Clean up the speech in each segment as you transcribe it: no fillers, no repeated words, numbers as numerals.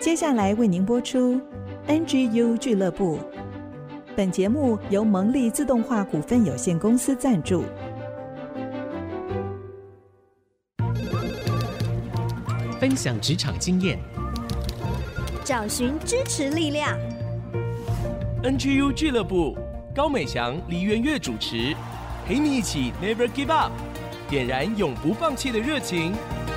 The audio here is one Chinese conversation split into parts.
接下来为您播出 NGU 俱乐部。本节目由蒙利自动化股份有限公司赞助。 分享职场经验， 找寻支持力量。 NGU 俱乐部，高美翔、黎元月主持，陪你一起 Never Give Up， 点燃永不放弃的热情。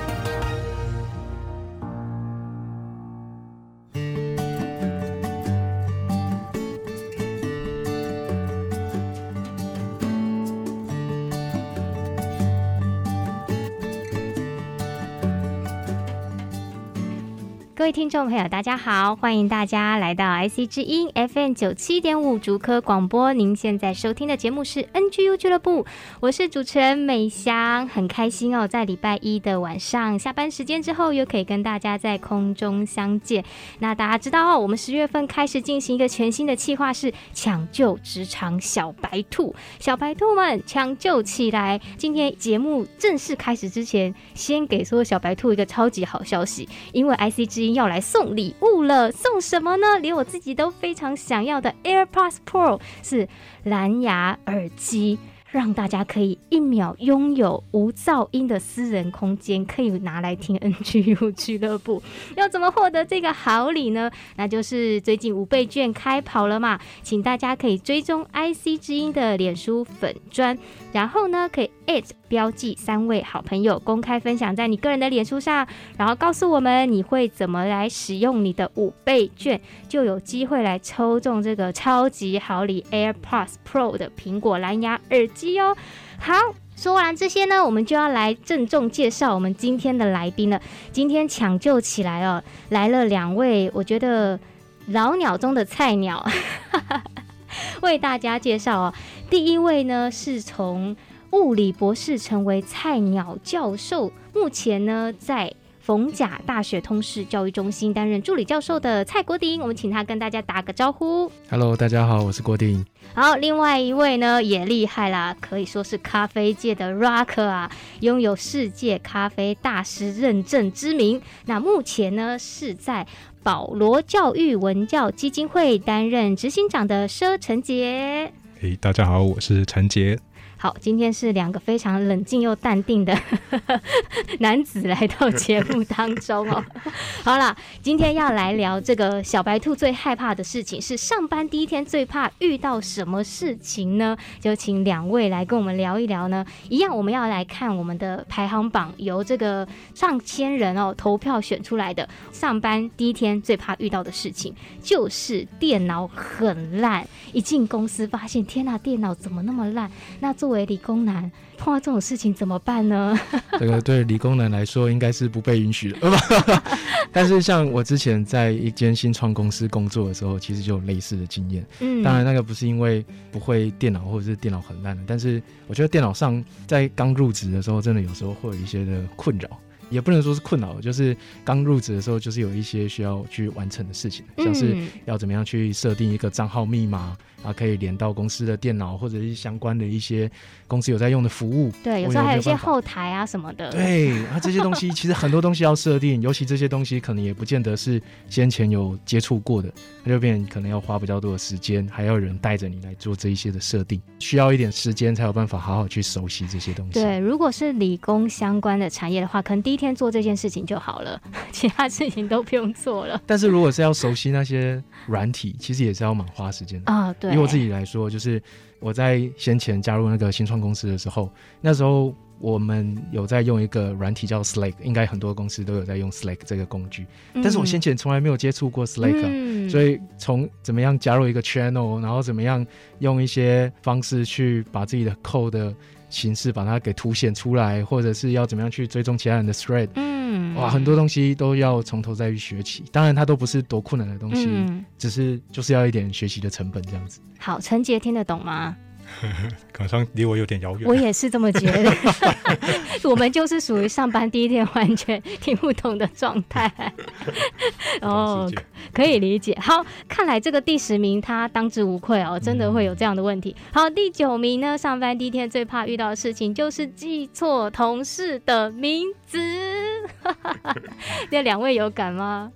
各位听众朋友大家好，欢迎大家来到 IC 之音 FM 97.5 竹科广播，您现在收听的节目是 NGU 俱乐部，我是主持人美翔，很开心哦，在礼拜一的晚上下班时间之后又可以跟大家在空中相见。那大家知道哦，我们10月份开始进行一个全新的企划，是抢救职场小白兔，小白兔们抢救起来。今天节目正式开始之前，先给所有小白兔一个超级好消息，因为 IC 之音要来送礼物了，送什么呢？连我自己都非常想要的 AirPods Pro 是蓝牙耳机，让大家可以1秒拥有无噪音的私人空间，可以拿来听 NGU 俱乐部。要怎么获得这个好礼呢？那就是最近5倍券开跑了嘛，请大家可以追踪 IC 之音的脸书粉专，然后呢可以标记3位好朋友，公开分享在你个人的脸书上，然后告诉我们你会怎么来使用你的5倍券，就有机会来抽中这个超级好礼 AirPods Pro 的苹果蓝牙耳机哦。好，说完这些呢，我们就要来郑重介绍我们今天的来宾了。今天抢救起来哦，来了2位我觉得老鸟中的菜鸟为大家介绍哦。第一位呢是从物理博士成为菜鸟教授，目前呢在逢甲大学通识教育中心担任助理教授的蔡国鼎，我们请他跟大家打个招呼。 Hello， 大家好，我是国鼎。 好，另外一位呢也厉害啦，可以说是咖啡界的 Rocker 啊，拥有世界咖啡大师认证之名。那目前呢是在保罗教育文教基金会担任执行长的佘承杰。 大家好，我是承杰。 好，今天是2个非常冷静又淡定的男子来到节目当中哦。好啦，今天要来聊这个小白兔最害怕的事情，是上班第一天最怕遇到什么事情呢？就请2位来跟我们聊一聊呢。一样，我们要来看我们的排行榜，由这个上千人哦投票选出来的。上班第一天最怕遇到的事情就是电脑很烂，一进公司发现天哪，电脑怎么那么烂？那作为理工男碰到这种事情怎么办呢？ 这个对理工男来说应该是不被允许的但是像我之前在一间新创公司工作的时候，其实就有类似的经验。当然那个不是因为不会电脑或者是电脑很烂的，但是我觉得电脑上在刚入职的时候真的有时候会有一些的困扰，也不能说是困扰，就是刚入职的时候就是有一些需要去完成的事情，像是要怎么样去设定一个账号密码啊，可以连到公司的电脑或者是相关的一些公司有在用的服务。 对，有时候还有一些后台啊什么的。 对，这些东西其实很多东西要设定，尤其这些东西可能也不见得是先前有接触过的，那就变成可能要花比较多的时间，还要有人带着你来做这一些的设定，需要一点时间才有办法好好去熟悉这些东西。 对，如果是理工相关的产业的话，可能第一天做这件事情就好了，其他事情都不用做了。 但是如果是要熟悉那些软体，其实也是要蛮花时间的啊。对，以我自己来说，就是我在先前加入那个新创公司的时候，那时候我们有在用一个软体叫 Slack， 应该很多公司都有在用 Slack 这个工具，但是我先前从来没有接触过 Slack，所以从怎么样加入一个 channel， 然后怎么样用一些方式去把自己的 code 的形式把它给凸显出来，或者是要怎么样去追踪其他人的 thread，哇，很多东西都要从头再去学起。当然它都不是多困难的东西，只是就是要一点学习的成本这样子。 好，承杰听得懂吗？ 可能离我有点遥远。 我也是这么觉得我们就是属于上班第一天完全听不懂的状态哦，可以理解。好，看来这个第10名他当之无愧哦，真的会有这样的问题。好，第9名呢，上班第一天最怕遇到的事情就是记错同事的名字那2位有感吗？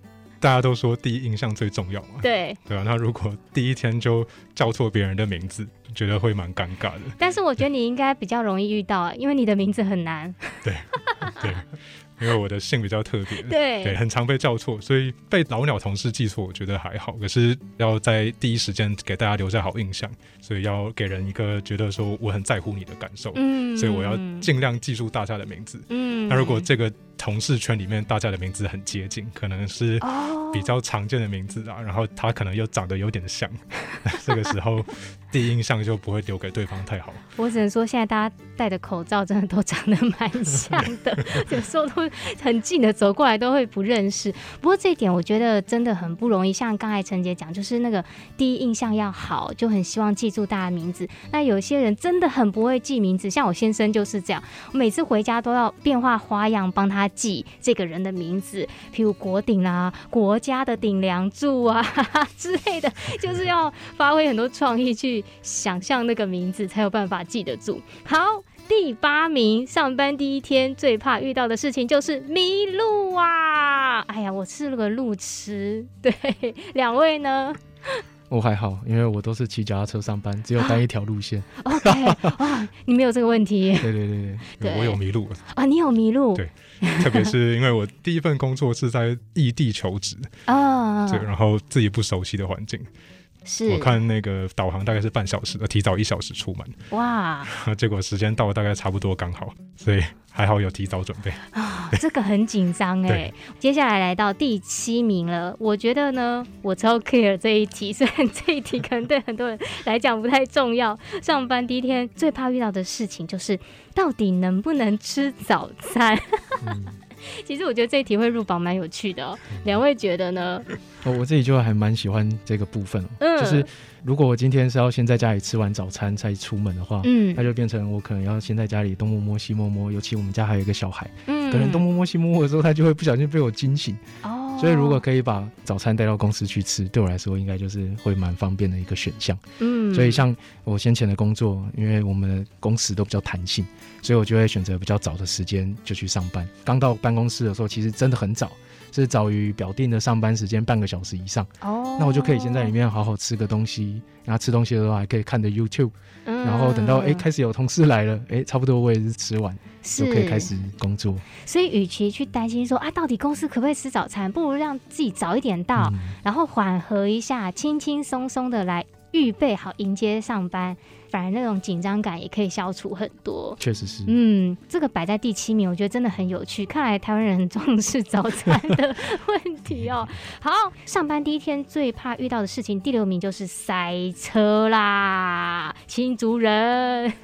大家都说第一印象最重要嘛， 对啊，那如果第一天就叫错别人的名字，觉得会蛮尴尬的。 但是我觉得你应该比较容易遇到，因为你的名字很难。 对，因为我的姓比较特别， 对， 很常被叫错，所以被老鸟同事记错，我觉得还好。可是要在第一时间给大家留下好印象，所以要给人一个觉得说我很在乎你的感受，所以我要尽量记住大家的名字。那如果这个同事圈里面大家的名字很接近，可能是比较常见的名字啊，然后他可能又长得有点像，这个时候第一印象就不会留给对方太好。 我只能说现在大家戴的口罩真的都长得蛮像的，有时候都很近的走过来都会不认识。不过这一点我觉得真的很不容易，像刚才陈姐讲，就是那个第一印象要好，就很希望记住大家的名字。那有些人真的很不会记名字，像我先生就是这样，我每次回家都要变化花样帮他记这个人的名字，譬如国鼎啊、国家的顶梁柱啊之类的，就是要发挥很多创意去想象那个名字，才有办法记得住。好，第8名，上班第一天最怕遇到的事情就是迷路啊！哎呀，我是个路痴。对，两位呢？ 我还好，因为我都是骑脚踏车上班，只有单一条路线。 OK， 哇，你没有这个问题。 对，我有迷路啊，你有迷路？ 对，特别是因为我第一份工作是在异地求职对，然后自己不熟悉的环境。是我看那个导航大概是半小时，提早1小时出门。哇！结果时间到了大概差不多刚好，所以还好有提早准备。 这个很紧张哎。接下来来到第7名了，我觉得呢，我超 care 这一题，虽然这一题可能对很多人来讲不太重要。上班第一天最怕遇到的事情就是到底能不能吃早餐。其实我觉得这一题会入榜蛮有趣的两位觉得呢？ 我自己就还蛮喜欢这个部分就是如果我今天是要先在家里吃完早餐才出门的话，那就变成我可能要先在家里东摸摸西摸摸，尤其我们家还有一个小孩，可能东摸摸西摸摸的时候，他就会不小心被我惊醒。所以如果可以把早餐带到公司去吃，对我来说应该就是会蛮方便的一个选项。所以像我先前的工作，因为我们的工时都比较弹性，所以我就会选择比较早的时间就去上班。刚到办公室的时候，其实真的很早，是早于表定的上班时间半个小时以上。那我就可以先在里面好好吃个东西，然后吃东西的时候还可以看着 YouTube，然后等到开始有同事来了，差不多我也是吃完，就可以开始工作。 所以与其去担心说到底公司可不可以吃早餐，不如让自己早一点到，然后缓和一下，轻轻松松的来预备好迎接上班，反而那种紧张感也可以消除很多。 确实是。 这个摆在第7名，我觉得真的很有趣。看来台湾人很重视早餐的问题好，上班第一天最怕遇到的事情，第6名就是塞车啦，新竹人。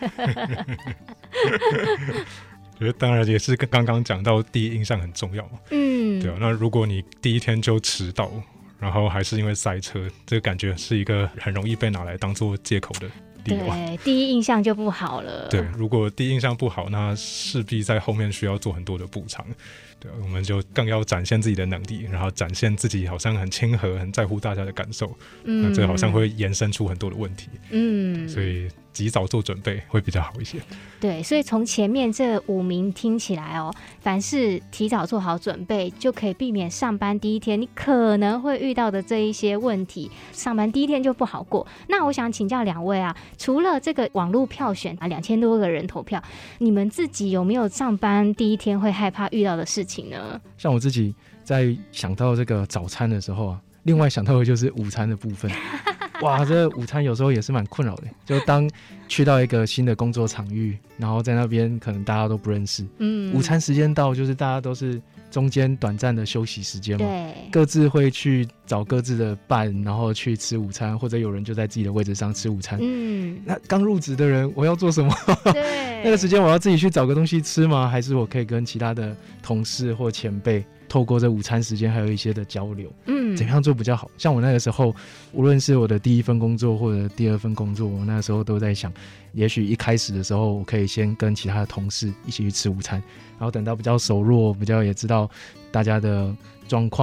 我觉得当然也是跟刚刚讲到第一印象很重要嘛。对啊，那如果你第一天就迟到，然后还是因为塞车，这个感觉是一个很容易被拿来当做借口的理由。 对，第一印象就不好了。 对，如果第一印象不好，那势必在后面需要做很多的补偿。对，我们就更要展现自己的能力，然后展现自己好像很亲和、很在乎大家的感受。那这好像会延伸出很多的问题。所以及早做准备会比较好一些。 对，所以从前面这5名听起来凡是提早做好准备，就可以避免上班第一天你可能会遇到的这一些问题，上班第一天就不好过。那我想请教两位除了这个网络票选2000多个人投票，你们自己有没有上班第一天会害怕遇到的事情呢？ 像我自己在想到这个早餐的时候另外想到的就是午餐的部分。哇，这午餐有时候也是蛮困扰的，就当去到一个新的工作场域，然后在那边可能大家都不认识，午餐时间到，就是大家都是中间短暂的休息时间嘛，各自会去找各自的伴，然后去吃午餐，或者有人就在自己的位置上吃午餐。那刚入职的人我要做什么？那个时间我要自己去找个东西吃吗？还是我可以跟其他的同事或前辈透过这午餐时间还有一些的交流，怎么样做比较好？像我那个时候，无论是我的第一份工作或者第2份工作，我那个时候都在想，也许一开始的时候，我可以先跟其他的同事一起去吃午餐，然后等到比较熟络，比较也知道大家的状况，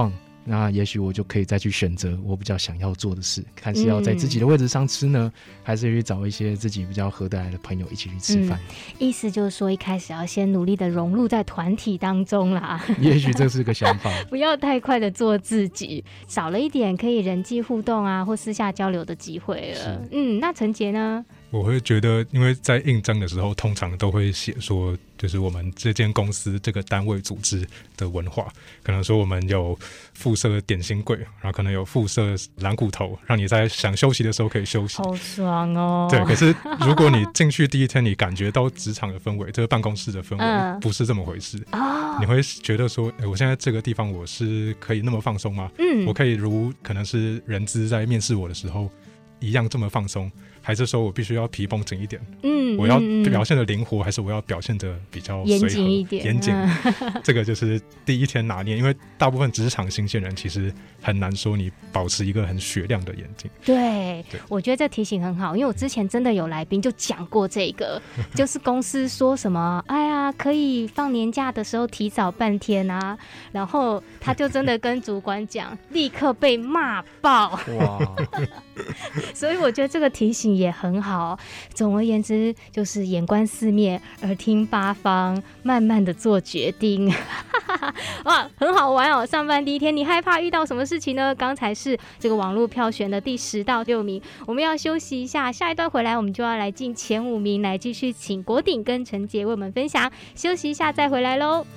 那也许我就可以再去选择我比较想要做的事，看是要在自己的位置上吃呢，还是去找一些自己比较合得来的朋友一起去吃饭。 意思就是说一开始要先努力的融入在团体当中啦。 也许这是个想法。 不要太快的做自己，少了一点可以人际互动啊或私下交流的机会了。那陈杰呢？ 我会觉得因为在应征的时候通常都会写说就是我们这间公司这个单位组织的文化，可能说我们有附设点心柜，然后可能有附设蓝骨头，让你在想休息的时候可以休息。 好爽哦。 对，可是如果你进去第一天你感觉到职场的氛围，这个办公室的氛围不是这么回事。你会觉得说我现在这个地方我是可以那么放松吗？我可以如可能是人资在面试我的时候一样这么放松，还是说我必须要皮绷紧一点？我要表现的灵活，还是我要表现的比较随和严谨一点？ 严谨，这个就是第一天拿捏。因为大部分职场新鲜人其实很难说你保持一个很雪亮的眼睛。 对，我觉得这提醒很好，因为我之前真的有来宾就讲过这个，就是公司说什么，哎呀，可以放年假的时候提早半天啊，然后他就真的跟主管讲，立刻被骂爆。哇！所以我觉得这个提醒也很好。总而言之，就是眼观四面，耳听八方，慢慢的做决定。哇，很好玩哦！上班第一天，你害怕遇到什么事情呢？刚才是这个网络票选的第10到6名，我们要休息一下，下一段回来我们就要来进前5名，来继续请国鼎跟陈杰为我们分享。休息一下再回来咯。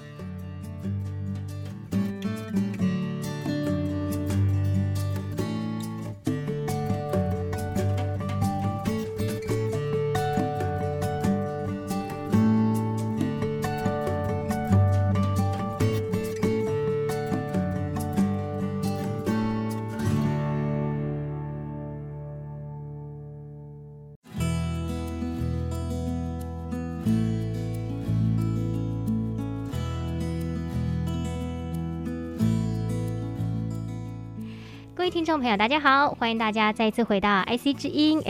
各位听众朋友大家好，欢迎大家再次回到 IC 之音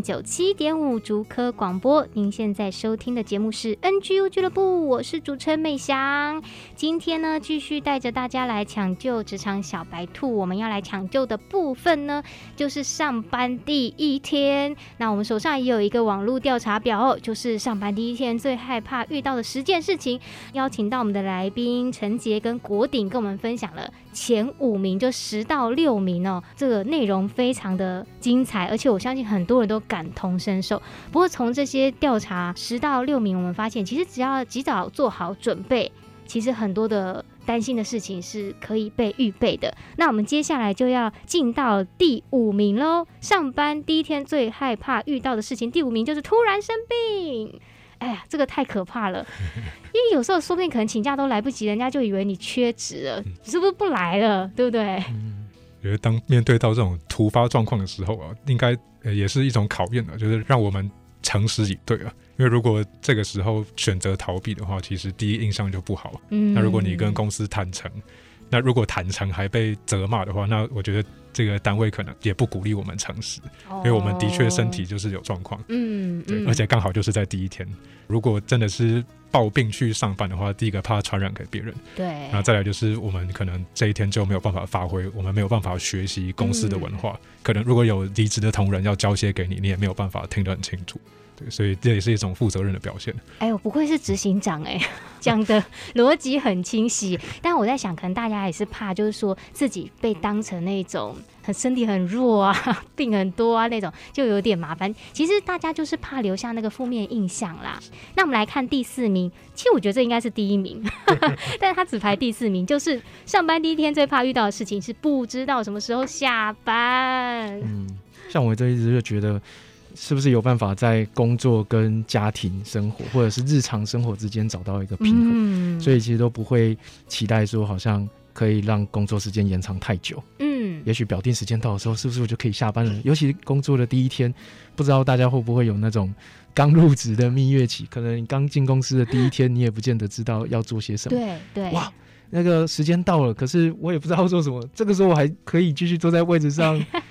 FM97.5 竹科广播，您现在收听的节目是 NGU 俱乐部，我是主持人美翔。今天呢继续带着大家来抢救职场小白兔，我们要来抢救的部分呢就是上班第一天。那我们手上也有一个网络调查表就是上班第一天最害怕遇到的10件事情，邀请到我们的来宾陈杰跟国鼎跟我们分享了前5名，就10到6名这个内容非常的精彩，而且我相信很多人都感同身受。不过从这些调查10到6名，我们发现其实只要及早做好准备，其实很多的担心的事情是可以被预备的。那我们接下来就要进到第5名咯，上班第一天最害怕遇到的事情，第5名就是突然生病。哎呀，这个太可怕了，因为有时候说不定可能请假都来不及，人家就以为你缺职了，是不是不来了，对不对？ 觉得当面对到这种突发状况的时候应该也是一种考验就是让我们诚实以对因为如果这个时候选择逃避的话，其实第一印象就不好。那如果你跟公司坦诚，那如果坦诚还被责骂的话，那我觉得这个单位可能也不鼓励我们诚实，因为我们的确身体就是有状况。对，而且刚好就是在第一天，如果真的是抱病去上班的话，第一个怕传染给别人，对，然后再来就是我们可能这一天就没有办法发挥，我们没有办法学习公司的文化，可能如果有离职的同仁要交接给你，你也没有办法听得很清楚。对，所以这也是一种负责任的表现。 我不愧是执行长讲的逻辑很清晰。但我在想，可能大家也是怕，就是说自己被当成那种身体很弱啊、病很多啊那种，就有点麻烦。其实大家就是怕留下那个负面印象啦。那我们来看第4名，其实我觉得这应该是第1名，但是他只排第4名，就是上班第一天最怕遇到的事情是不知道什么时候下班。 像我这一直就觉得，是不是有办法在工作跟家庭生活或者是日常生活之间找到一个平衡，所以其实都不会期待说好像可以让工作时间延长太久。也许表定时间到的时候，是不是我就可以下班了？尤其工作的第一天，不知道大家会不会有那种刚入职的蜜月期，可能你刚进公司的第一天，你也不见得知道要做些什么。对，哇，那个时间到了，可是我也不知道做什么。这个时候我还可以继续坐在位置上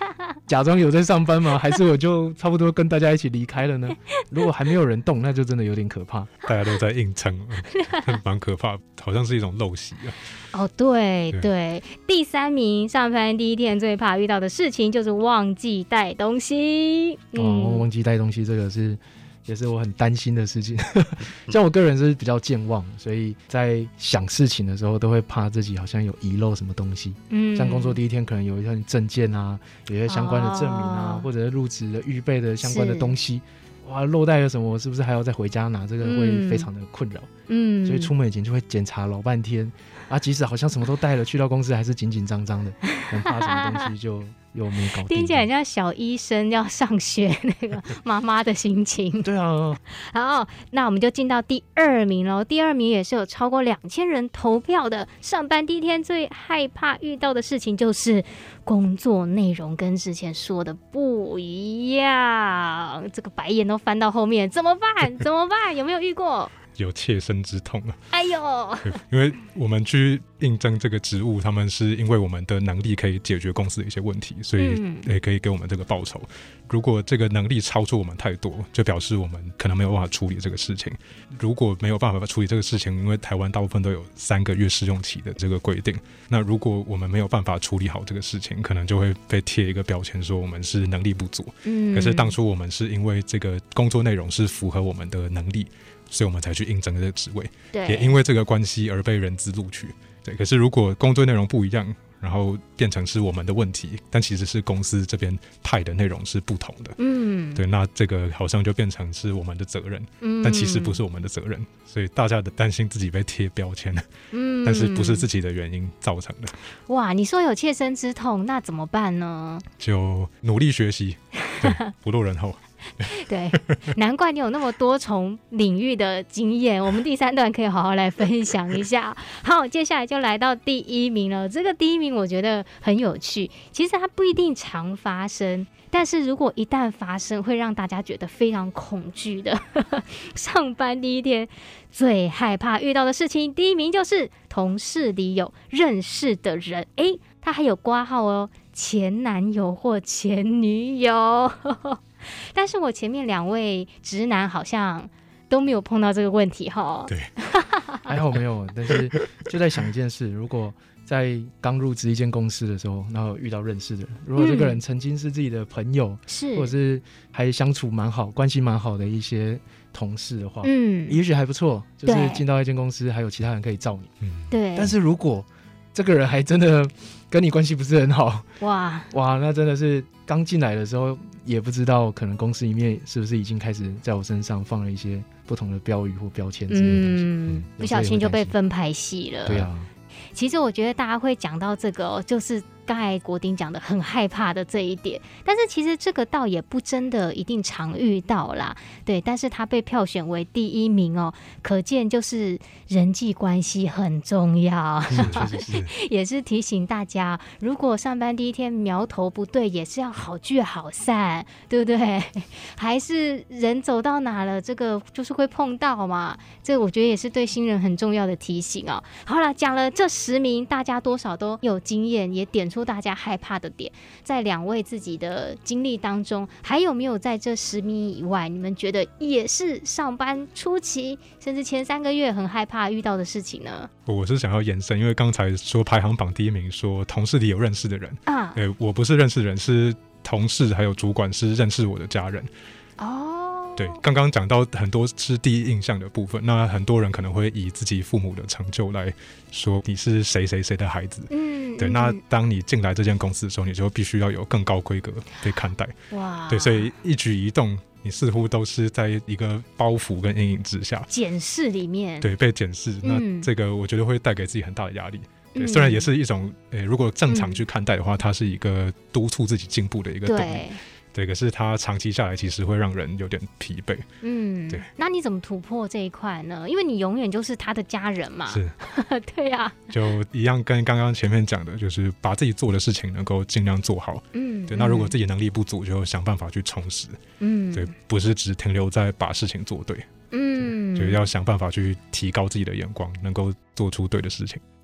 假装有在上班吗？还是我就差不多跟大家一起离开了呢？如果还没有人动，那就真的有点可怕。 大家都在硬撑，蛮可怕，好像是一种陋习啊。 哦，对，第3名，上班第一天最怕遇到的事情就是忘记带东西。 忘记带东西这个也是我很担心的事情。像我个人是比较健忘，所以在想事情的时候都会怕自己好像有遗漏什么东西。像工作第一天可能有一些证件啊，有一些相关的证明啊，或者是入职的预备的相关的东西，哇，漏带了什么，我是不是还要再回家拿？这个会非常的困扰。所以出门以前就会检查老半天啊，即使好像什么都带了，去到公司还是紧紧张张的，很怕什么东西就又没搞定。 听起来像小医生要上学那个妈妈的心情。 对啊。 好，那我们就进到第2名咯。第2名也是有超过2000人投票的，上班第一天最害怕遇到的事情就是工作内容跟之前说的不一样。这个白眼都翻到后面，怎么办？有没有遇过？ 有切身之痛啊！ 哎呦， 因为我们去应征这个职务，他们是因为我们的能力可以解决公司的一些问题，所以也可以给我们这个报酬。如果这个能力超出我们太多，就表示我们可能没有办法处理这个事情。如果没有办法处理这个事情，因为台湾大部分都有3个月试用期的这个规定，那如果我们没有办法处理好这个事情，可能就会被贴一个标签说我们是能力不足。可是当初我们是因为这个工作内容是符合我们的能力，所以我们才去应征这个职位，也因为这个关系而被人资录取。对，可是如果工作内容不一样，然后变成是我们的问题，但其实是公司这边派的内容是不同的，对，那这个好像就变成是我们的责任，但其实不是我们的责任，所以大家的担心自己被贴标签，但是不是自己的原因造成的。 哇，你说有切身之痛，那怎么办呢？ 就努力学习，对，不落人后。 对，难怪你有那么多重领域的经验，我们第3段可以好好来分享一下。好，接下来就来到第1名了。这个第1名我觉得很有趣，其实它不一定常发生，但是如果一旦发生，会让大家觉得非常恐惧的。上班第一天最害怕遇到的事情，第1名就是同事里有认识的人，他还有括号哦，前男友或前女友。但是我前面2位直男好像都没有碰到这个问题哈。 对， 还好没有。但是就在想一件事，如果在刚入职一间公司的时候，然后遇到认识的人，如果这个人曾经是自己的朋友，或者是还相处蛮好、关系蛮好的一些同事的话，也许还不错，就是进到一间公司还有其他人可以罩你。 对。 但是如果这个人还真的跟你关系不是很好，哇，那真的是刚进来的时候也不知道，可能公司里面是不是已经开始在我身上放了一些不同的标语或标签之类的东西， 不小心就被分派系了。 对啊， 其实我觉得大家会讲到这个就是刚才国丁讲的很害怕的这一点，但是其实这个倒也不真的一定常遇到啦。对，但是他被票选为第1名哦，可见就是人际关系很重要。 确实是也是提醒大家，如果上班第一天苗头不对，也是要好聚好散，对不对？还是人走到哪了，这个就是会碰到嘛。这我觉得也是对新人很重要的提醒哦。好了，讲了这10名，大家多少都有经验，也点出大家害怕的点。在2位自己的经历当中，还有没有在这10名以外，你们觉得也是上班初期甚至前3个月很害怕遇到的事情呢？ 我是想要延伸，因为刚才说排行榜第1名说同事里有认识的人啊，我不是认识的人，是同事还有主管是认识我的家人。对，刚刚讲到很多是第一印象的部分，那很多人可能会以自己父母的成就来说你是谁谁谁的孩子。对，那当你进来这间公司的时候，你就必须要有更高规格被看待。哇，对，所以一举一动你似乎都是在一个包袱跟阴影之下， 检视里面， 对，被检视。那这个我觉得会带给自己很大的压力。对，虽然也是一种如果正常去看待的话，它是一个督促自己进步的一个动力。对，可是它长期下来其实会让人有点疲惫。对。 那你怎么突破这一块呢？因为你永远就是他的家人嘛。 是。 对啊。 就一样跟刚刚前面讲的，就是把自己做的事情能够尽量做好。对。那如果自己能力不足，就想办法去充实。对，不是只停留在把事情做对。就要想办法去提高自己的眼光，能够做出对的事情。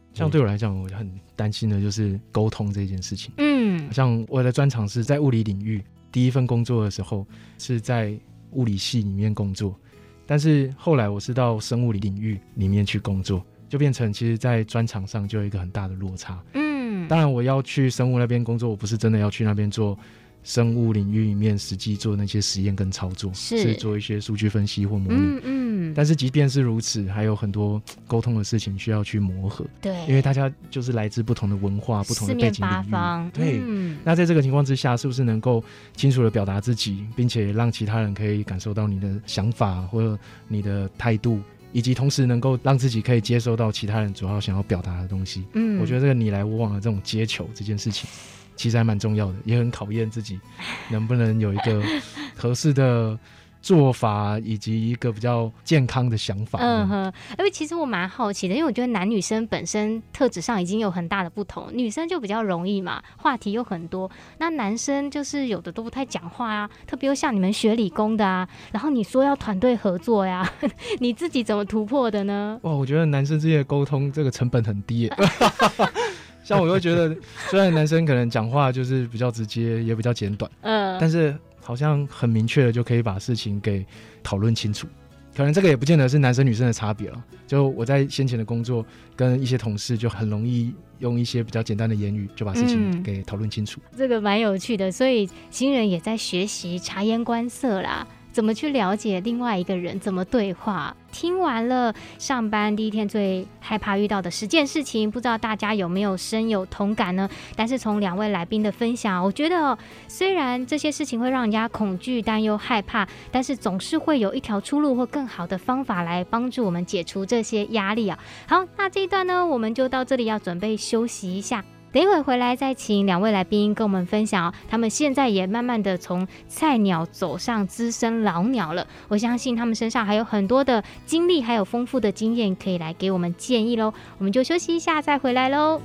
像对我来讲，我很担心的就是沟通这件事情。像我的专长是在物理领域，第一份工作的时候是在物理系里面工作，但是后来我是到生物领域里面去工作，就变成其实在专长上就有一个很大的落差。当然我要去生物那边工作，我不是真的要去那边做生物领域里面实际做那些实验跟操作，是做一些数据分析或模拟。但是即便是如此，还有很多沟通的事情需要去磨合。对，因为大家就是来自不同的文化、不同的背景领域。四面八方。对，那在这个情况之下，是不是能够清楚的表达自己，并且让其他人可以感受到你的想法或者你的态度，以及同时能够让自己可以接收到其他人主要想要表达的东西。我觉得这个你来我往的这种接球这件事情其实还蛮重要的，也很考验自己能不能有一个合适的做法，以及一个比较健康的想法。 因为其实我蛮好奇的，因为我觉得男女生本身特质上已经有很大的不同，女生就比较容易嘛，话题又很多，那男生就是有的都不太讲话啊，特别像你们学理工的啊，然后你说要团队合作呀，你自己怎么突破的呢？ 哇，我觉得男生之间的沟通这个成本很低耶像我会觉得虽然男生可能讲话就是比较直接也比较简短，但是好像很明确的就可以把事情给讨论清楚。可能这个也不见得是男生女生的差别了，就我在先前的工作跟一些同事就很容易用一些比较简单的言语就把事情给讨论清楚。 这个蛮有趣的，所以新人也在学习察言观色啦，怎么去了解另外一个人，怎么对话。听完了上班第一天最害怕遇到的10件事情，不知道大家有没有深有同感呢？但是从2位来宾的分享，我觉得虽然这些事情会让人家恐惧、担忧、害怕，但是总是会有一条出路或更好的方法来帮助我们解除这些压力啊。好，那这一段呢，我们就到这里，要准备休息一下。等一会回来再请2位来宾跟我们分享他们现在也慢慢的从菜鸟走上资深老鸟了，我相信他们身上还有很多的经历，还有丰富的经验可以来给我们建议咯。我们就休息一下再回来咯。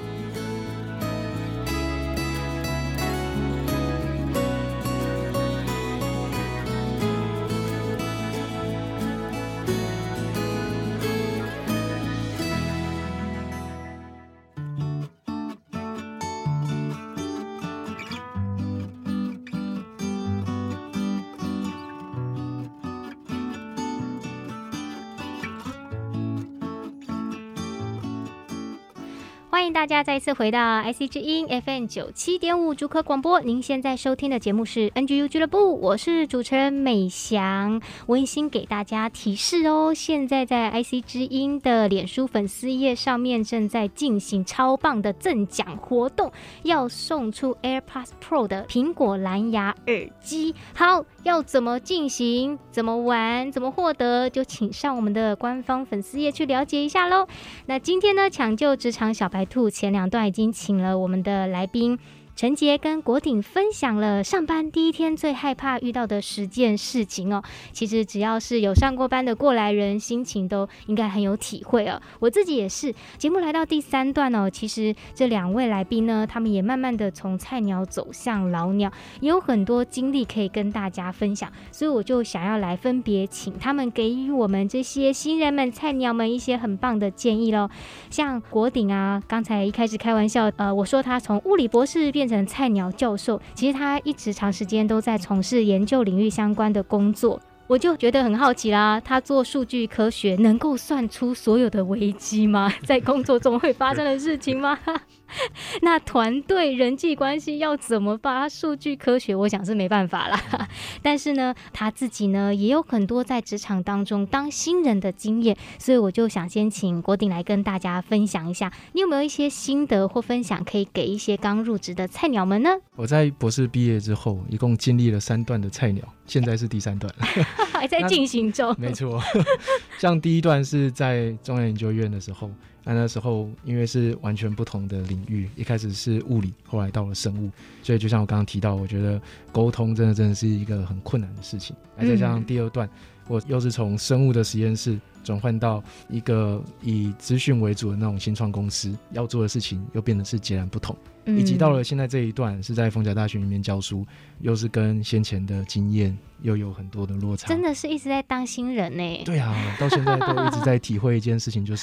欢迎大家再次回到 IC 之音 FM 97.5 竹科广播，您现在收听的节目是 NGU 俱乐部，我是主持人美翔。温馨给大家提示哦，现在在 IC 之音的脸书粉丝页上面正在进行超棒的赠奖活动，要送出 AirPods Pro 的苹果蓝牙耳机。好，要怎么进行，怎么玩，怎么获得，就请上我们的官方粉丝页去了解一下咯。那今天呢，抢救职场小白兔前2段已经请了我们的来宾陈杰跟国鼎分享了上班第一天最害怕遇到的10件事情哦。其实只要是有上过班的过来人，心情都应该很有体会哦。我自己也是。节目来到第3段哦，其实这2位来宾呢，他们也慢慢的从菜鸟走向老鸟，也有很多经历可以跟大家分享，所以我就想要来分别请他们给予我们这些新人们、菜鸟们一些很棒的建议咯。像国鼎啊，刚才一开始开玩笑，我说他从物理博士变成菜鸟教授，其实他一直长时间都在从事研究领域相关的工作。我就觉得很好奇啦，他做数据科学能够算出所有的危机吗？在工作中会发生的事情吗？那团队人际关系要怎么把数据科学，我想是没办法啦。但是呢，他自己呢也有很多在职场当中当新人的经验，所以我就想先请国鼎来跟大家分享一下，你有没有一些心得或分享可以给一些刚入职的菜鸟们呢？ 我在博士毕业之后，一共经历了3段的菜鸟，现在是第3段还在进行中。 没错，像第1段是在中央研究院的时候，那时候因为是完全不同的领域，一开始是物理，后来到了生物，所以就像我刚刚提到，我觉得沟通真的是一个很困难的事情。再加上第2段，我又是从生物的实验室转换到一个以资讯为主的那种新创公司，要做的事情又变得是截然不同。以及到了现在这一段是在逢甲大学里面教书，又是跟先前的经验又有很多的落差， 真的是一直在当新人耶。 对啊，到现在都一直在体会一件事情，就是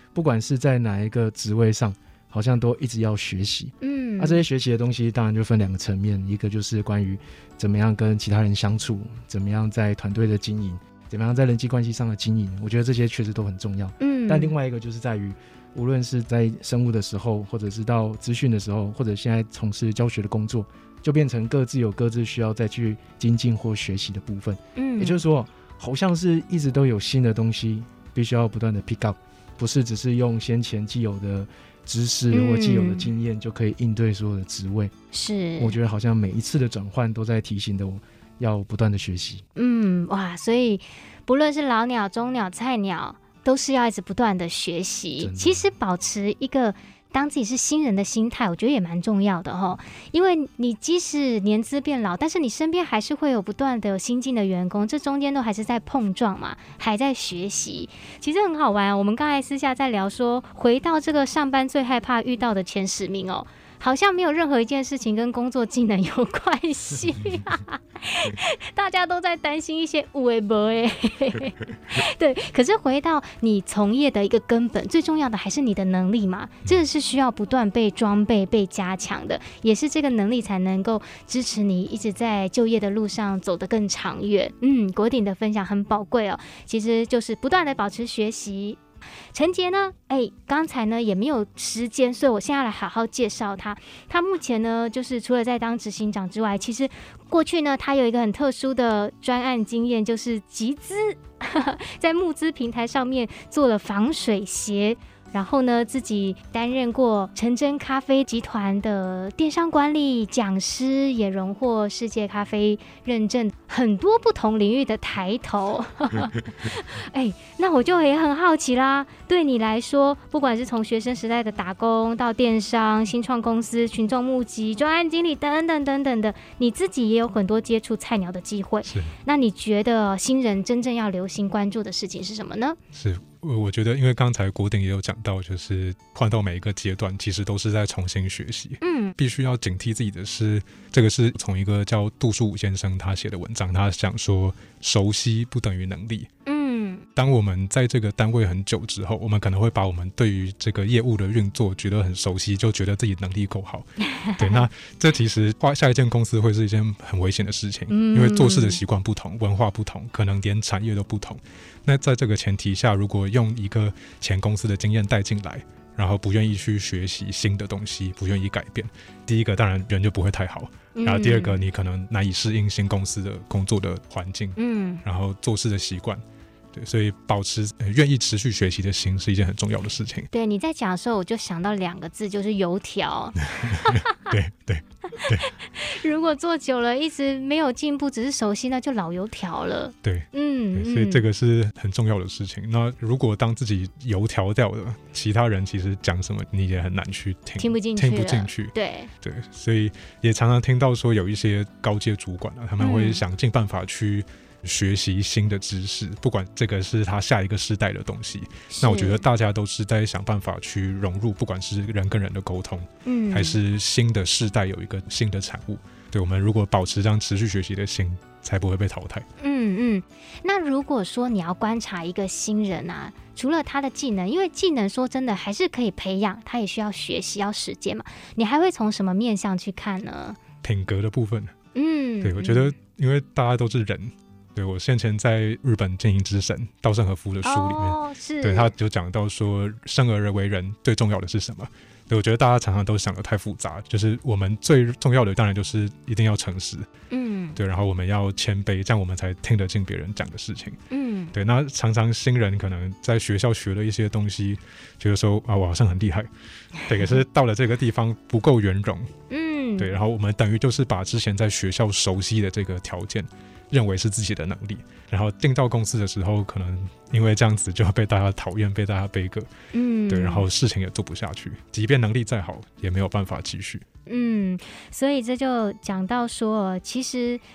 不管是在哪一个职位上，好像都一直要学习。这些学习的东西当然就分2个层面，一个就是关于怎么样跟其他人相处，怎么样在团队的经营，怎么样在人际关系上的经营，我觉得这些确实都很重要。但另外一个就是在于，无论是在生物的时候，或者是到资讯的时候，或者现在从事教学的工作，就变成各自有各自需要再去精进或学习的部分。也就是说，好像是一直都有新的东西必须要不断的 pick up， 不是只是用先前既有的知识或既有的经验就可以应对所有的职位。是，我觉得好像每一次的转换都在提醒的我要不断的学习。 哇，所以不论是老鸟、中鸟、菜鸟，都是要一直不断的学习。其实保持一个当自己是新人的心态，我觉得也蛮重要的齁。因为你即使年资变老，但是你身边还是会有不断的有新进的员工，这中间都还是在碰撞嘛，还在学习。其实很好玩，我们刚才私下在聊说，回到这个上班最害怕遇到的前10名哦，好像没有任何一件事情跟工作技能有关系大家都在担心一些有的没的对，可是回到你从业的一个根本，最重要的还是你的能力嘛，这个是需要不断被装备、被加强的，也是这个能力才能够支持你一直在就业的路上走得更长远。国鼎的分享很宝贵哦，其实就是不断的保持学习。陈杰呢，刚才呢也没有时间，所以我现在来好好介绍他。他目前呢，就是除了在当执行长之外，其实过去呢，他有一个很特殊的专案经验，就是集资，在募资平台上面做了防水鞋。然后呢，自己担任过陈真咖啡集团的电商管理讲师，也荣获世界咖啡认证，很多不同领域的抬头那我就也很好奇啦，对你来说，不管是从学生时代的打工到电商、新创公司、群众募集、专案经理等等等等的，你自己也有很多接触菜鸟的机会。那你觉得新人真正要留心关注的事情是什么呢？ 我觉得因为刚才国鼎也有讲到，就是换到每一个阶段其实都是在重新学习。必须要警惕自己的是，这个是从一个叫杜树武先生他写的文章，他讲说熟悉不等于能力。当我们在这个单位很久之后，我们可能会把我们对于这个业务的运作觉得很熟悉，就觉得自己能力够好对，那这其实下一间公司会是一件很危险的事情，因为做事的习惯不同，文化不同，可能连产业都不同。那在这个前提下，如果用一个前公司的经验带进来，然后不愿意去学习新的东西，不愿意改变，第一个当然人就不会太好，然后第二个你可能难以适应新公司的工作的环境，然后做事的习惯。对，所以保持愿意持续学习的心是一件很重要的事情。 对，你在讲的时候我就想到2个字，就是油条对如果做久了一直没有进步，只是熟悉，那就老油条了。 对，所以这个是很重要的事情。那如果当自己油条掉了，其他人其实讲什么你也很难去听不进去。对，所以也常常听到说有一些高阶主管他们会想尽办法去学习新的知识，不管这个是他下一个世代的东西，那我觉得大家都是在想办法去融入，不管是人跟人的沟通，还是新的世代有一个新的产物。对，我们如果保持这样持续学习的心，才不会被淘汰。 那如果说你要观察一个新人啊，除了他的技能，因为技能说真的还是可以培养，他也需要学习要时间嘛，你还会从什么面向去看呢？ 品格的部分。对，我觉得因为大家都是人，对，我先前在日本经营之神稻盛和夫的书里面，对，他就讲到说生而为人最重要的是什么。对，我觉得大家常常都想得太复杂，就是我们最重要的当然就是一定要诚实，对，然后我们要谦卑，这样我们才听得进别人讲的事情。对，那常常新人可能在学校学了一些东西，觉得说我好像很厉害，对，可是到了这个地方不够圆融，对，然后我们等于就是把之前在学校熟悉的这个条件认为是自己的能力，然后进到公司的时候可能因为这样子就被大家讨厌，被大家背个，对，然后事情也做不下去，即便能力再好也没有办法继续。 所以这就讲到说，其实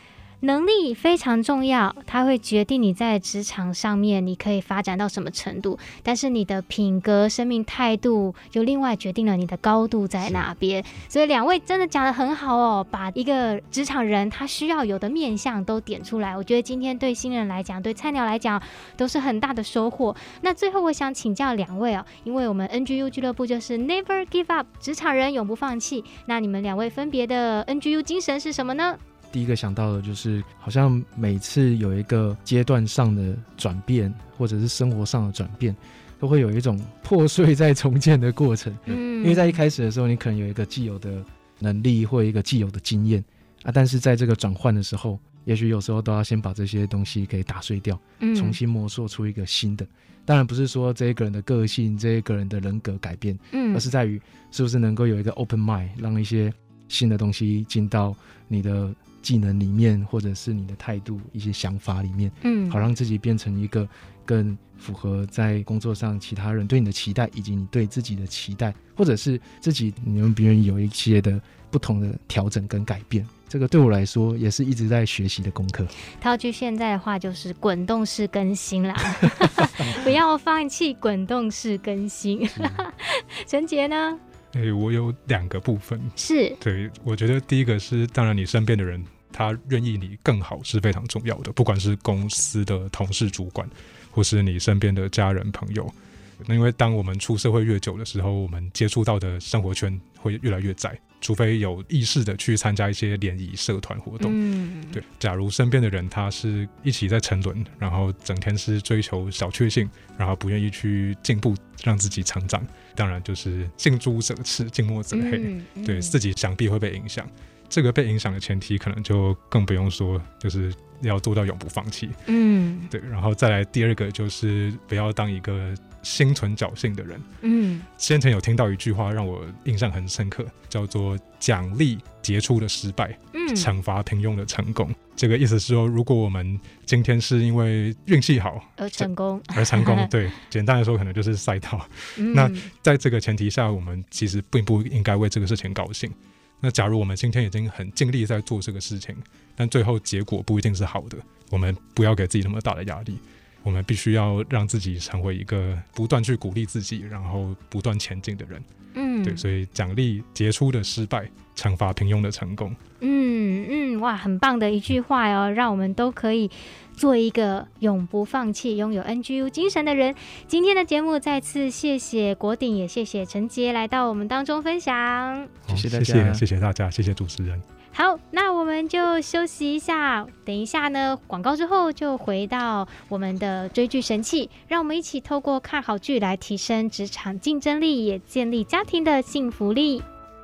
能力非常重要，它会决定你在职场上面你可以发展到什么程度，但是你的品格、生命态度就另外决定了你的高度在哪边。所以两位真的讲得很好哦，把一个职场人他需要有的面向都点出来，我觉得今天对新人来讲，对菜鸟来讲都是很大的收获。那最后我想请教两位哦，因为我们 NGU 俱乐部就是 Never Give Up， 职场人永不放弃，那你们两位分别的 NGU 精神是什么呢？ 第一个想到的就是好像每次有一个阶段上的转变或者是生活上的转变，都会有一种破碎再重建的过程。因为在一开始的时候你可能有一个既有的能力或一个既有的经验啊，但是在这个转换的时候，也许有时候都要先把这些东西给打碎掉，重新摸索出一个新的。当然不是说这一个人的个性这一个人的人格改变，而是在于是不是能够有一个 open mind， 让一些新的东西进到你的技能里面，或者是你的态度一些想法里面，好让自己变成一个更符合在工作上其他人对你的期待，以及你对自己的期待，或者是自己你跟别人有一些的不同的调整跟改变。这个对我来说也是一直在学习的功课。 套句现在的话就是滚动式更新啦不要放弃滚动式更新陈杰呢？ 我有2个部分。 是， 对，我觉得第一个是当然你身边的人他愿意你更好是非常重要的，不管是公司的同事主管或是你身边的家人朋友。因为当我们出社会越久的时候，我们接触到的生活圈会越来越窄，除非有意识的去参加一些联谊社团活动。对，假如身边的人他是一起在沉沦，然后整天是追求小确幸，然后不愿意去进步让自己成长，当然就是近朱者赤近墨者黑，对自己想必会被影响。这个被影响的前提可能就更不用说，就是要做到永不放弃。对，然后再来第2个就是不要当一个心存侥幸的人。先前有听到一句话让我印象很深刻，叫做奖励杰出的失败，惩罚平庸的成功。这个意思是说，如果我们今天是因为运气好而成功对，简单的说可能就是赛道。那在这个前提下，我们其实并不应该为这个事情高兴。那假如我们今天已经很尽力在做这个事情，但最后结果不一定是好的，我们不要给自己那么大的压力，我们必须要让自己成为一个不断去鼓励自己然后不断前进的人。对，所以奖励杰出的失败，惩罚平庸的成功。 哇，很棒的一句话哦，让我们都可以做一个永不放弃拥有 NGU 精神的人。今天的节目再次谢谢国鼎，也谢谢陈杰来到我们当中分享。 谢谢大家， 谢谢大家，谢谢主持人。 好，那我们就休息一下，等一下呢广告之后就回到我们的追剧神器，让我们一起透过看好剧来提升职场竞争力，也建立家庭的幸福力。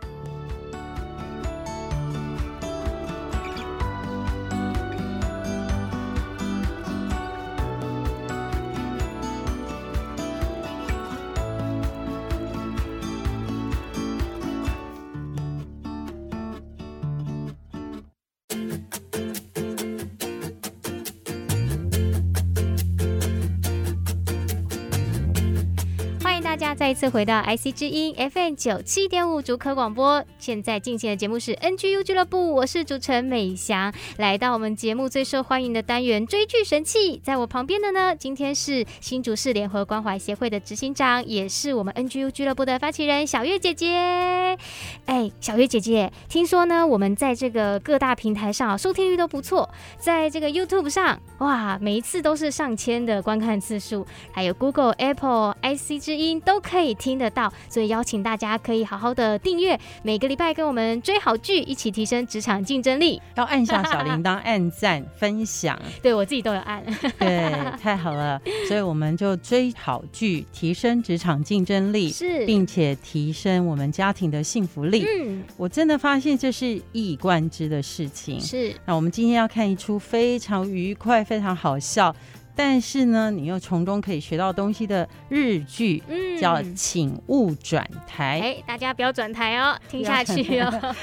再一次回到 IC 之音 FM97.5 竹科广播，现在进行的节目是 NGU 俱乐部，我是主持人美翔。来到我们节目最受欢迎的单元追剧神器，在我旁边的呢，今天是新竹市联合关怀协会的执行长，也是我们 NGU 俱乐部的发起人小月姐姐。小月姐姐，听说呢我们在这个各大平台上收听率都不错，在这个 YouTube 上哇，每一次都是上千的观看次数，还有 Google、Apple、IC 之音都可以听得到，所以邀请大家可以好好的订阅，每个礼拜跟我们追好剧，一起提升职场竞争力。 要按下小铃铛按赞分享对，我自己都有按对，太好了，所以我们就追好剧，提升职场竞争力， 是， 并且提升我们家庭的幸福力。我真的发现这是一以贯之的事情。 是， 那我们今天要看一出非常愉快非常好笑但是呢你又从中可以学到东西的日剧，叫请勿转台。 大家不要转台哦，听下去哦。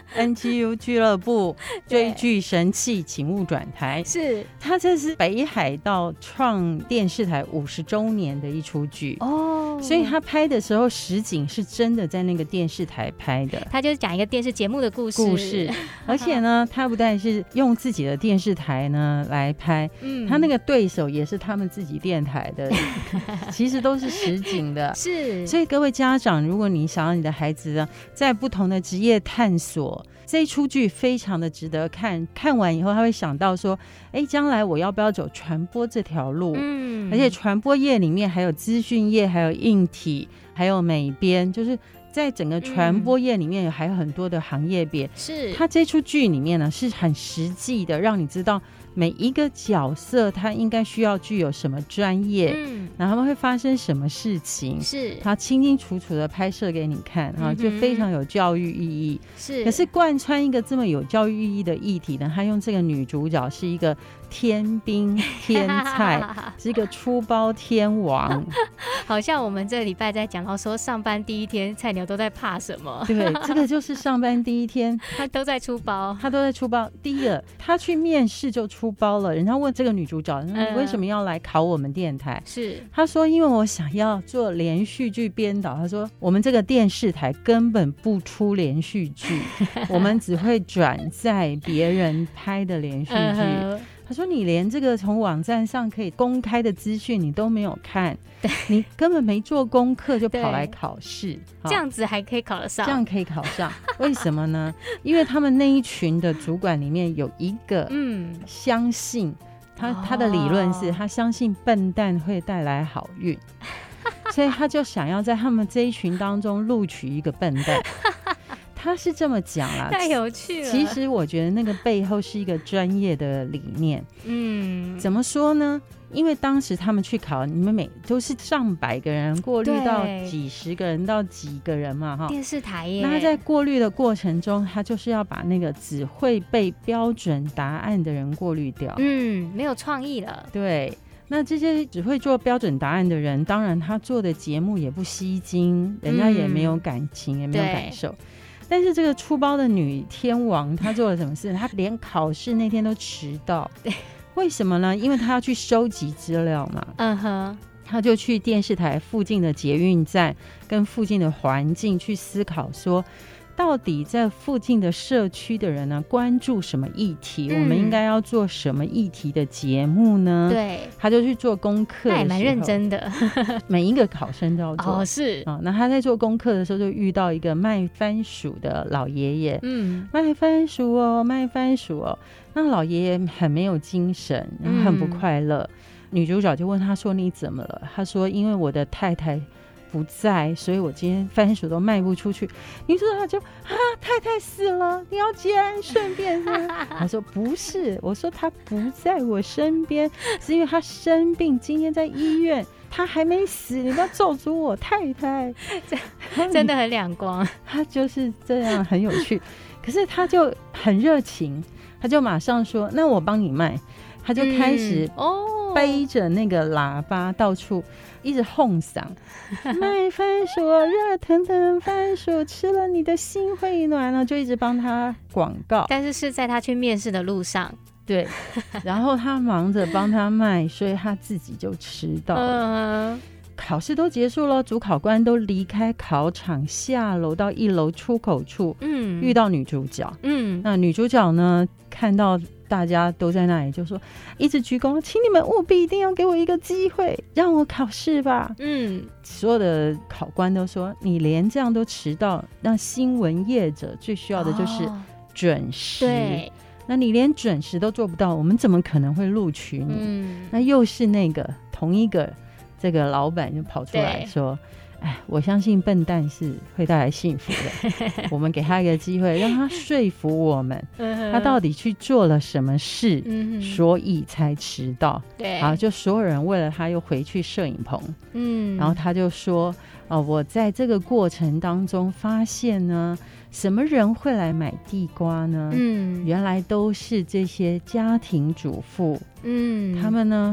NGU 俱乐部追剧神器，请勿转台。 是， 它这是北海道创电视台50周年的一出剧哦，所以他拍的时候实景是真的在那个电视台拍的。 他就是讲一个电视节目的故事， 而且呢，他不但是用自己的电视台呢来拍，他那个对手也是他们自己电台的，其实都是实景的。 是， 所以各位家长，如果你想要你的孩子在不同的职业探索，这一出剧非常的值得看。看完以后他会想到说，将来我要不要走传播这条路？而且传播业里面还有资讯业，还有硬体，还有美编，就是在整个传播业里面还有很多的行业别。是，他这出剧里面呢是很实际的，让你知道每一个角色他应该需要具有什么专业，然后他们会发生什么事情，是他清清楚楚的拍摄给你看，就非常有教育意义。是，可是贯穿一个这么有教育意义的议题呢，他用这个女主角是一个天兵天才，是一个出包天王。 好像我们这礼拜在讲到说上班第一天菜鸟都在怕什么。 对，这个就是上班第一天他都在出包。第一个他去面试就出包了，人家问这个女主角，你为什么要来考我们电台？是，他说因为我想要做连续剧编导。他说我们这个电视台根本不出连续剧，我们只会转载别人拍的连续剧。他说你连这个从网站上可以公开的资讯你都没有看，你根本没做功课就跑来考试， 这样子还可以考得上？ 这样可以考上。为什么呢？因为他们那一群的主管里面有一个相信他的理论是他相信笨蛋会带来好运，所以他就想要在他们这一群当中录取一个笨蛋。他是这么讲啦， 太有趣了。 其实我觉得那个背后是一个专业的理念。怎么说呢？因为当时他们去考，你们都是上百个人过滤到几十个人到几个人嘛， 电视台耶。 那在过滤的过程中，他就是要把那个只会背标准答案的人过滤掉。没有创意了。对。那这些只会做标准答案的人，当然他做的节目也不吸睛，人家也没有感情，也没有感受。但是这个出包的女天王她做了什么事？她连考试那天都迟到。为什么呢？因为她要去收集资料嘛。她就去电视台附近的捷运站跟附近的环境去思考说，到底在附近的社区的人呢关注什么议题，我们应该要做什么议题的节目呢？对，他就去做功课的时候， 他也蛮认真的。 每一个考生都要做。 是那他在做功课的时候就遇到一个卖番薯的老爷爷。卖番薯哦，卖番薯哦。那老爷爷很没有精神，然后很不快乐。女主角就问他说你怎么了？他说因为我的太太不在，所以我今天番薯都卖不出去。女主角就太太死了，你要节哀顺变吗？他说不是，我说他不在我身边，是因为他生病，今天在医院，他还没死，你不要咒诅我太太。 真的很两光。 他就是这样，很有趣。可是他就很热情，他就马上说那我帮你卖。他就开始背着那个喇叭到处一直哄嗓，卖番薯，热腾腾番薯，吃了你的心会暖了，就一直帮他广告。 但是是在他去面试的路上。 对，然后他忙着帮他卖，所以他自己就迟到了。考试都结束了，主考官都离开考场，下楼到1楼出口处，遇到女主角。那女主角呢，看到大家都在那里，就说一直鞠躬，请你们务必一定要给我一个机会，让我考试吧。所有的考官都说你连这样都迟到，让新闻业者最需要的就是准时。对，那你连准时都做不到，我们怎么可能会录取你？那又是那个同一个这个老板就跑出来说，我相信笨蛋是会带来幸福的。我们给他一个机会，让他说服我们，他到底去做了什么事，所以才迟到。对，然后就所有人为了他又回去摄影棚。然后他就说，我在这个过程当中发现呢，什么人会来买地瓜呢？原来都是这些家庭主妇。他们呢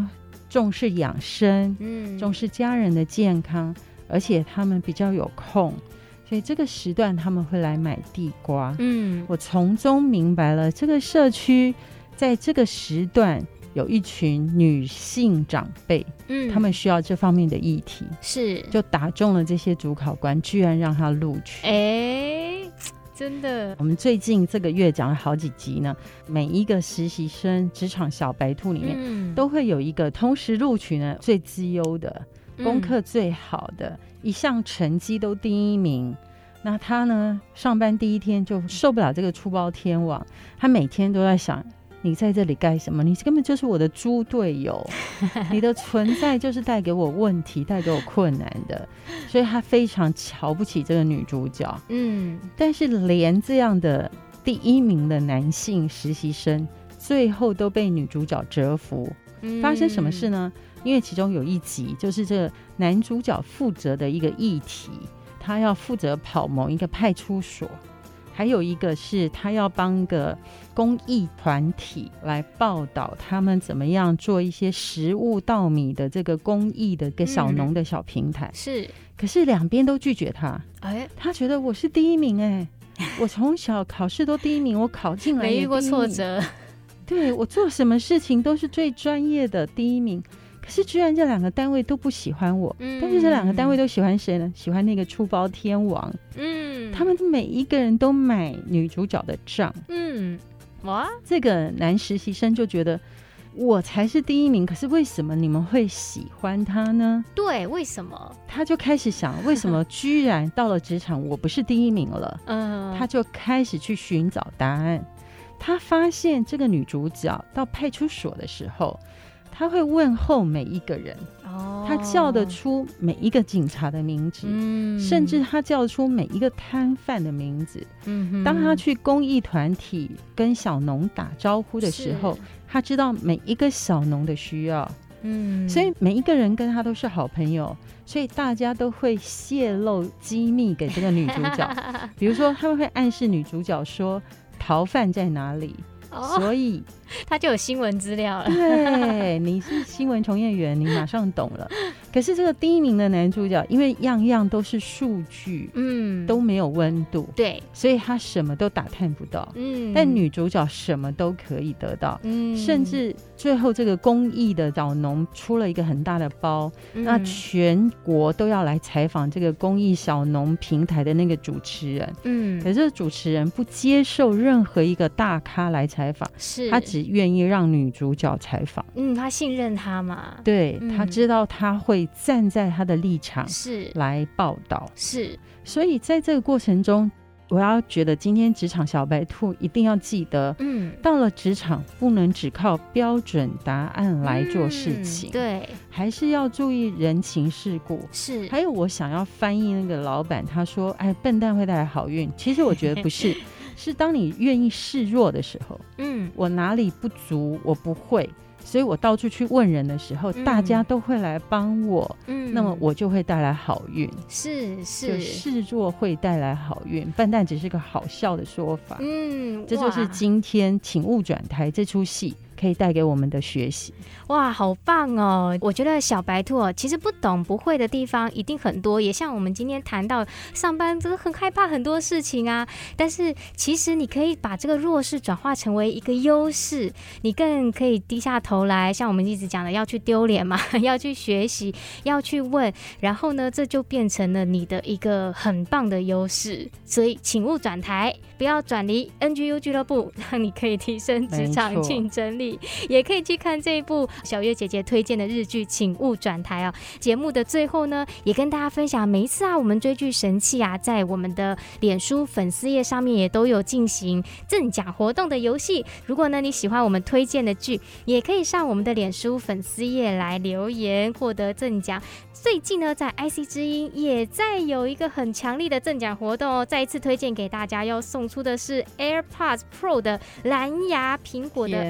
重视养生，重视家人的健康，而且他们比较有空，所以这个时段他们会来买地瓜。我从中明白了这个社区在这个时段有一群女性长辈，他们需要这方面的议题，是就打中了这些主考官，居然让他录取。真的，我们最近这个月讲了好几集呢，每一个实习生职场小白兔里面，都会有一个同时录取呢最资优的，功课最好的，一项成绩都第1名。那他呢上班第一天就受不了这个出包天王，他每天都在想，你在这里干什么？你根本就是我的猪队友，你的存在就是带给我问题，带给我困难的，所以他非常瞧不起这个女主角。但是连这样的第1名的男性实习生，最后都被女主角折服。发生什么事呢？因为其中有一集就是这个男主角负责的一个议题，他要负责跑某一个派出所，还有一个是他要帮个公益团体来报道他们怎么样做一些食物稻米的这个公益的个小农的小平台。是，可是两边都拒绝他。他觉得我是第1名，我从小考试都第1名，我考进来也第1名，没遇过挫折。对，我做什么事情都是最专业的第1名。可是居然这2个单位都不喜欢我，但是这2个单位都喜欢谁呢？喜欢那个出包天王。他们每一个人都买女主角的账。哇，这个男实习生就觉得我才是第1名，可是为什么你们会喜欢他呢？对，为什么？他就开始想，为什么居然到了职场我不是第1名了？他就开始去寻找答案。他发现这个女主角到派出所的时候，他会问候每一个人，他叫得出每一个警察的名字，甚至他叫得出每一个摊贩的名字。当他去公益团体跟小农打招呼的时候，他知道每一个小农的需要，所以每一个人跟他都是好朋友，所以大家都会泄露机密给这个女主角。比如说他们会暗示女主角说逃犯在哪里，所以他就有新闻资料了。对，你是新闻从业员，你马上懂了。可是这个第1名的男主角，因为样样都是数据，都没有温度，对，所以他什么都打探不到。但女主角什么都可以得到，甚至最后这个公益的小农出了一个很大的包，那全国都要来采访这个公益小农平台的那个主持人。可是主持人不接受任何一个大咖来采访，他只愿意让女主角采访。他信任他嘛？对，他知道他会站在他的立场来报道。是，所以在这个过程中，我要觉得今天职场小白兔一定要记得，到了职场不能只靠标准答案来做事情，对，还是要注意人情世故。是，还有我想要翻译那个老板，他说笨蛋会带来好运，其实我觉得不是。是当你愿意示弱的时候，我哪里不足我不会，所以我到处去问人的时候，大家都会来帮我，那么我就会带来好运。是，就示弱会带来好运，笨蛋只是个好笑的说法。这就是今天请勿转台这出戏可以带给我们的学习。哇，好棒哦！我觉得小白兔其实不懂不会的地方一定很多，也像我们今天谈到上班真的很害怕很多事情啊，但是其实你可以把这个弱势转化成为一个优势，你更可以低下头来，像我们一直讲的要去丢脸嘛，要去学习，要去问，然后呢这就变成了你的一个很棒的优势。所以请勿转台，不要转离 NGU 俱乐部，让你可以提升职场竞争力。也可以去看这一部小月姐姐推荐的日剧《请勿转台》哦。节目的最后呢，也跟大家分享，每一次我们追剧神器在我们的脸书粉丝页上面也都有进行赠奖活动的游戏。如果呢你喜欢我们推荐的剧，也可以上我们的脸书粉丝页来留言获得赠奖。最近呢，在 IC 之音也在有一个很强力的赠奖活动哦，再一次推荐给大家，要送出的是 AirPods Pro 的蓝牙苹果的耳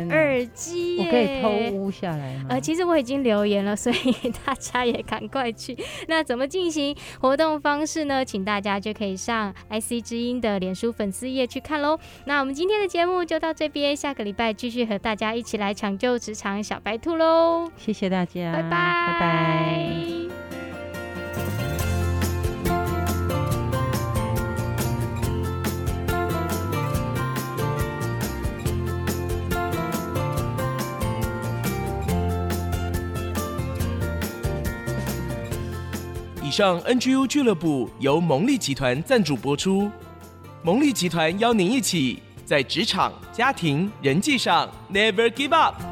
机耶， 我可以偷污下来吗？ 其实我已经留言了，所以大家也赶快去。那怎么进行活动方式呢？请大家就可以上 IC 之音的脸书粉丝页去看咯。那我们今天的节目就到这边，下个礼拜继续和大家一起来抢救职场小白兔咯。 谢谢大家， 拜拜， 拜拜。 以上 NGU 俱乐部由蒙利集团赞助播出。蒙利集团邀您一起在职场、家庭、人际上 Never Give Up。